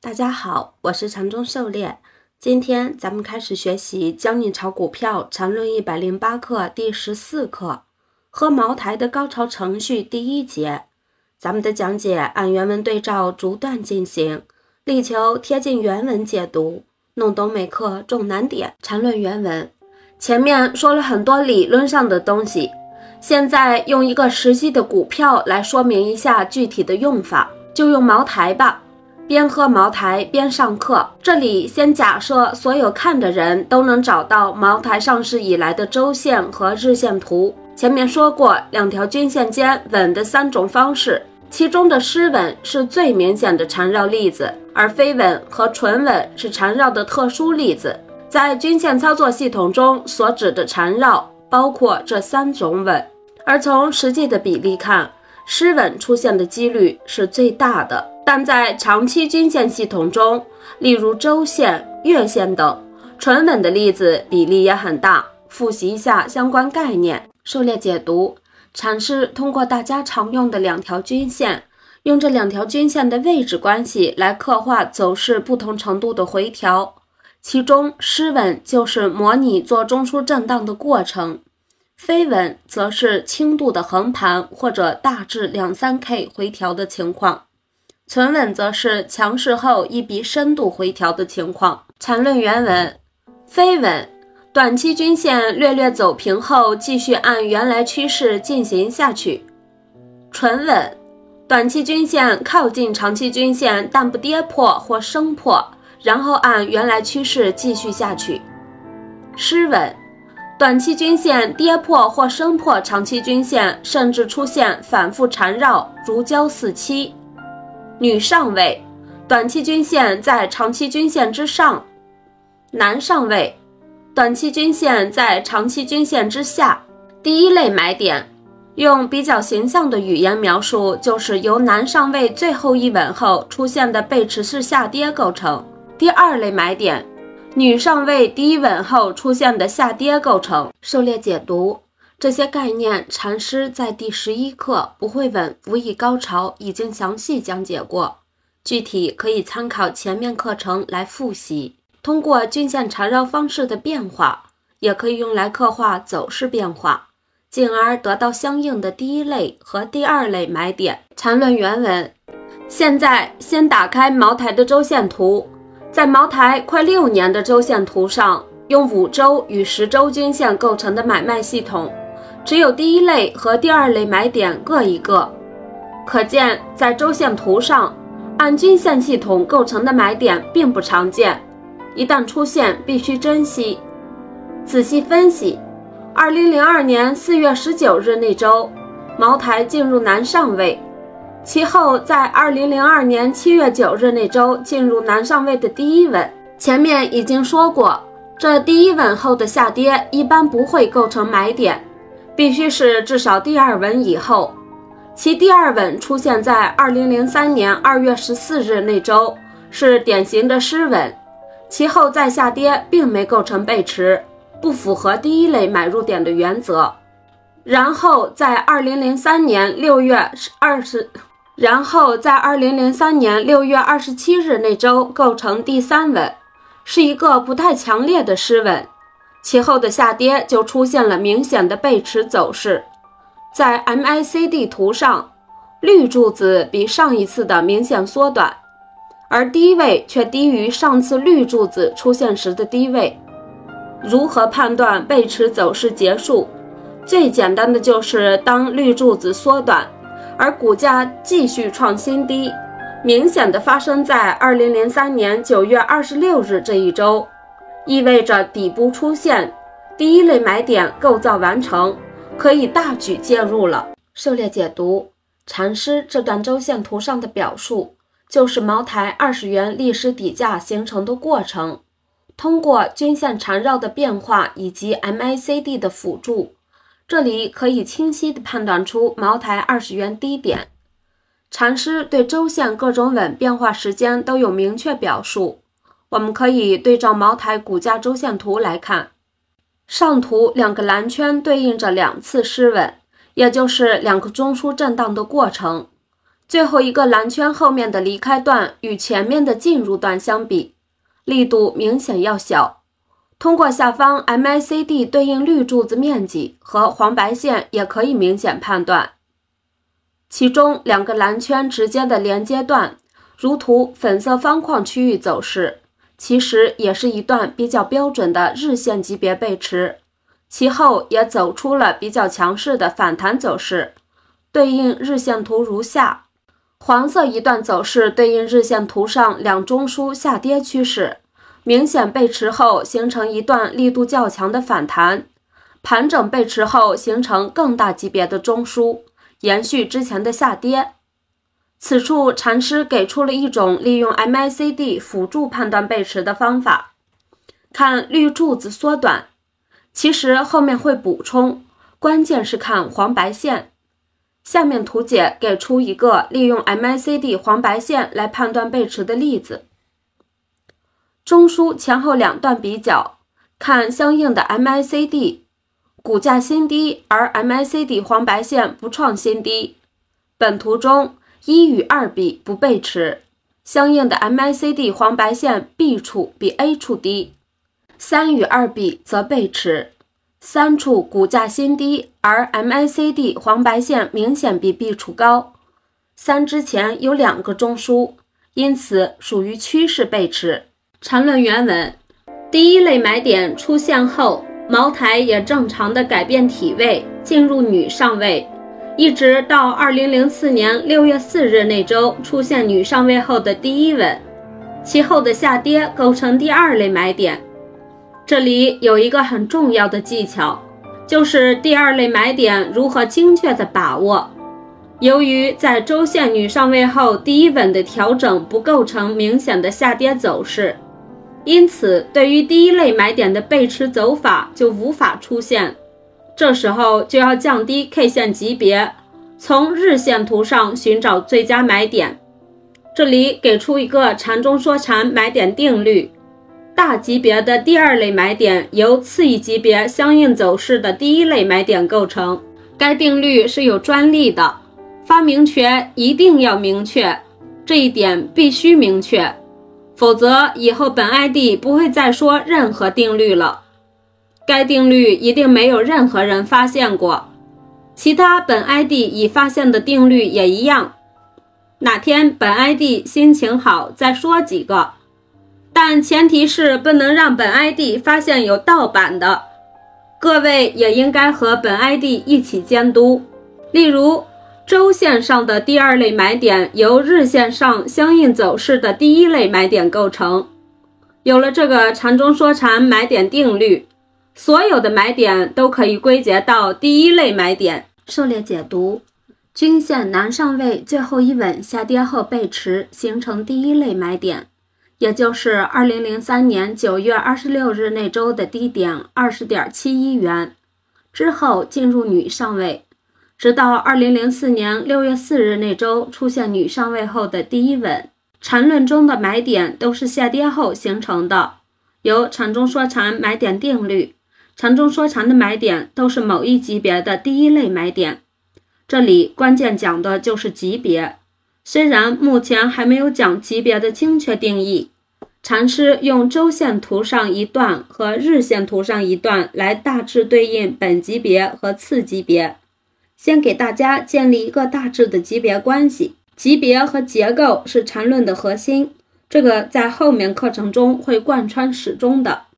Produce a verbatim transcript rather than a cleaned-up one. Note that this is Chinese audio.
大家好，我是禅中狩猎。今天咱们开始学习教你炒股票禅论一百零八课第十四课，喝茅台的高潮程序第一节。咱们的讲解按原文对照逐段进行，力求贴近原文解读，弄懂每课重难点。禅论原文，前面说了很多理论上的东西，现在用一个实际的股票来说明一下具体的用法，就用茅台吧。边喝茅台边上课，这里先假设所有看的人都能找到茅台上市以来的周线和日线图。前面说过两条均线间稳的三种方式，其中的失稳是最明显的缠绕例子，而非稳和纯稳是缠绕的特殊例子。在均线操作系统中所指的缠绕包括这三种稳，而从实际的比例看，失稳出现的几率是最大的。但在长期均线系统中，例如周线、月线等，纯稳的例子比例也很大。复习一下相关概念。狩猎解读，禅师通过大家常用的两条均线，用这两条均线的位置关系来刻画走势不同程度的回调。其中失稳就是模拟做中枢震荡的过程，非稳则是轻度的横盘或者大致两三 K 回调的情况。存稳则是强势后一笔深度回调的情况。禅论原文，非稳，短期均线略略走平后继续按原来趋势进行下去。纯稳，短期均线靠近长期均线但不跌破或升破，然后按原来趋势继续下去。失稳，短期均线跌破或升破长期均线，甚至出现反复缠绕，如胶似漆。女上位，短期均线在长期均线之上。男上位，短期均线在长期均线之下。第一类买点，用比较形象的语言描述，就是由男上位最后一稳后出现的背驰式下跌构成。第二类买点，女上位第一稳后出现的下跌构成。狩猎解读，这些概念禅师在第十一课不会稳无以高潮已经详细讲解过，具体可以参考前面课程来复习。通过均线缠绕方式的变化，也可以用来刻画走势变化，进而得到相应的第一类和第二类买点。禅论原文，现在先打开茅台的周线图，在茅台快六年的周线图上，用五周与十周均线构成的买卖系统，只有第一类和第二类买点各一个。可见在周线图上，按均线系统构成的买点并不常见，一旦出现必须珍惜。仔细分析，二零零二年四月十九日那周，茅台进入男上位，其后在二零零二年七月九日那周进入男上位的第一稳。前面已经说过，这第一稳后的下跌一般不会构成买点，必须是至少第二稳以后。其第二稳出现在二零零三年二月十四日那周，是典型的失稳，其后再下跌并没构成背驰，不符合第一类买入点的原则。然后在二零零三年六月二十然后在二零零三年六月二十七日那周构成第三稳，是一个不太强烈的失稳，其后的下跌就出现了明显的背驰走势。在 M A C D 图上，绿柱子比上一次的明显缩短，而低位却低于上次绿柱子出现时的低位。如何判断背驰走势结束？最简单的就是当绿柱子缩短，而股价继续创新低，明显的发生在二零零三年九月二十六日这一周，意味着底部出现，第一类买点构造完成，可以大举介入了。狩猎解读，禅师这段周线图上的表述，就是茅台二十元历史底价形成的过程。通过均线缠绕的变化以及 M A C D 的辅助，这里可以清晰地判断出茅台二十元低点。禅师对周线各种稳变化时间都有明确表述，我们可以对照茅台股价周线图来看。上图两个蓝圈对应着两次失稳，也就是两个中枢震荡的过程。 最后一个蓝圈后面的离开段与前面的进入段相比，力度明显要小。通过下方 M I C D 对应绿柱子面积和黄白线也可以明显判断。其中两个蓝圈直接的连接段，如图粉色方框区域走势，其实也是一段比较标准的日线级别背驰，其后也走出了比较强势的反弹走势，对应日线图如下。黄色一段走势对应日线图上两中枢下跌趋势，明显背驰后形成一段力度较强的反弹，盘整背驰后形成更大级别的中枢，延续之前的下跌。此处禅师给出了一种利用 M I C D 辅助判断背驰的方法，看绿柱子缩短，其实后面会补充，关键是看黄白线。下面图解给出一个利用 M I C D 黄白线来判断背驰的例子。中枢前后两段比较，看相应的 M I C D， 股价新低，而 M I C D 黄白线不创新低。本图中一与二比不背驰，相应的 M I C D 黄白线 B 处比 A 处低。三与二比则背驰，三处股价新低，而 M I C D 黄白线明显比 B 处高。三之前有两个中枢，因此属于趋势背驰。缠论原文：第一类买点出现后，茅台也正常的改变体位，进入女上位，一直到二零零四年六月四日那周出现女上位后的第一稳，其后的下跌构成第二类买点。这里有一个很重要的技巧，就是第二类买点如何精确的把握。由于在周线女上位后第一稳的调整不构成明显的下跌走势，因此对于第一类买点的背驰走法就无法出现。这时候就要降低 K 线级别，从日线图上寻找最佳买点。这里给出一个缠中说禅买点定律，大级别的第二类买点由次一级别相应走势的第一类买点构成。该定律是有专利的，发明权一定要明确，这一点必须明确，否则以后本 I D 不会再说任何定律了。该定律一定没有任何人发现过，其他本 I D 已发现的定律也一样。哪天本 I D 心情好再说几个，但前提是不能让本 I D 发现有盗版的。各位也应该和本 I D 一起监督。例如，周线上的第二类买点由日线上相应走势的第一类买点构成。有了这个缠中说禅买点定律，所有的买点都可以归结到第一类买点。狩猎解读：均线南上位最后一稳下跌后背驰，形成第一类买点，也就是二零零三年九月二十六日那周的低点 二十点七一元，之后进入女上位，直到二零零四年六月四日那周出现女上位后的第一稳。缠论中的买点都是下跌后形成的，由缠中说禅买点定律，缠中说禅的买点都是某一级别的第一类买点。这里关键讲的就是级别，虽然目前还没有讲级别的精确定义，禅师用周线图上一段和日线图上一段来大致对应本级别和次级别，先给大家建立一个大致的级别关系。级别和结构是缠论的核心，这个在后面课程中会贯穿始终的。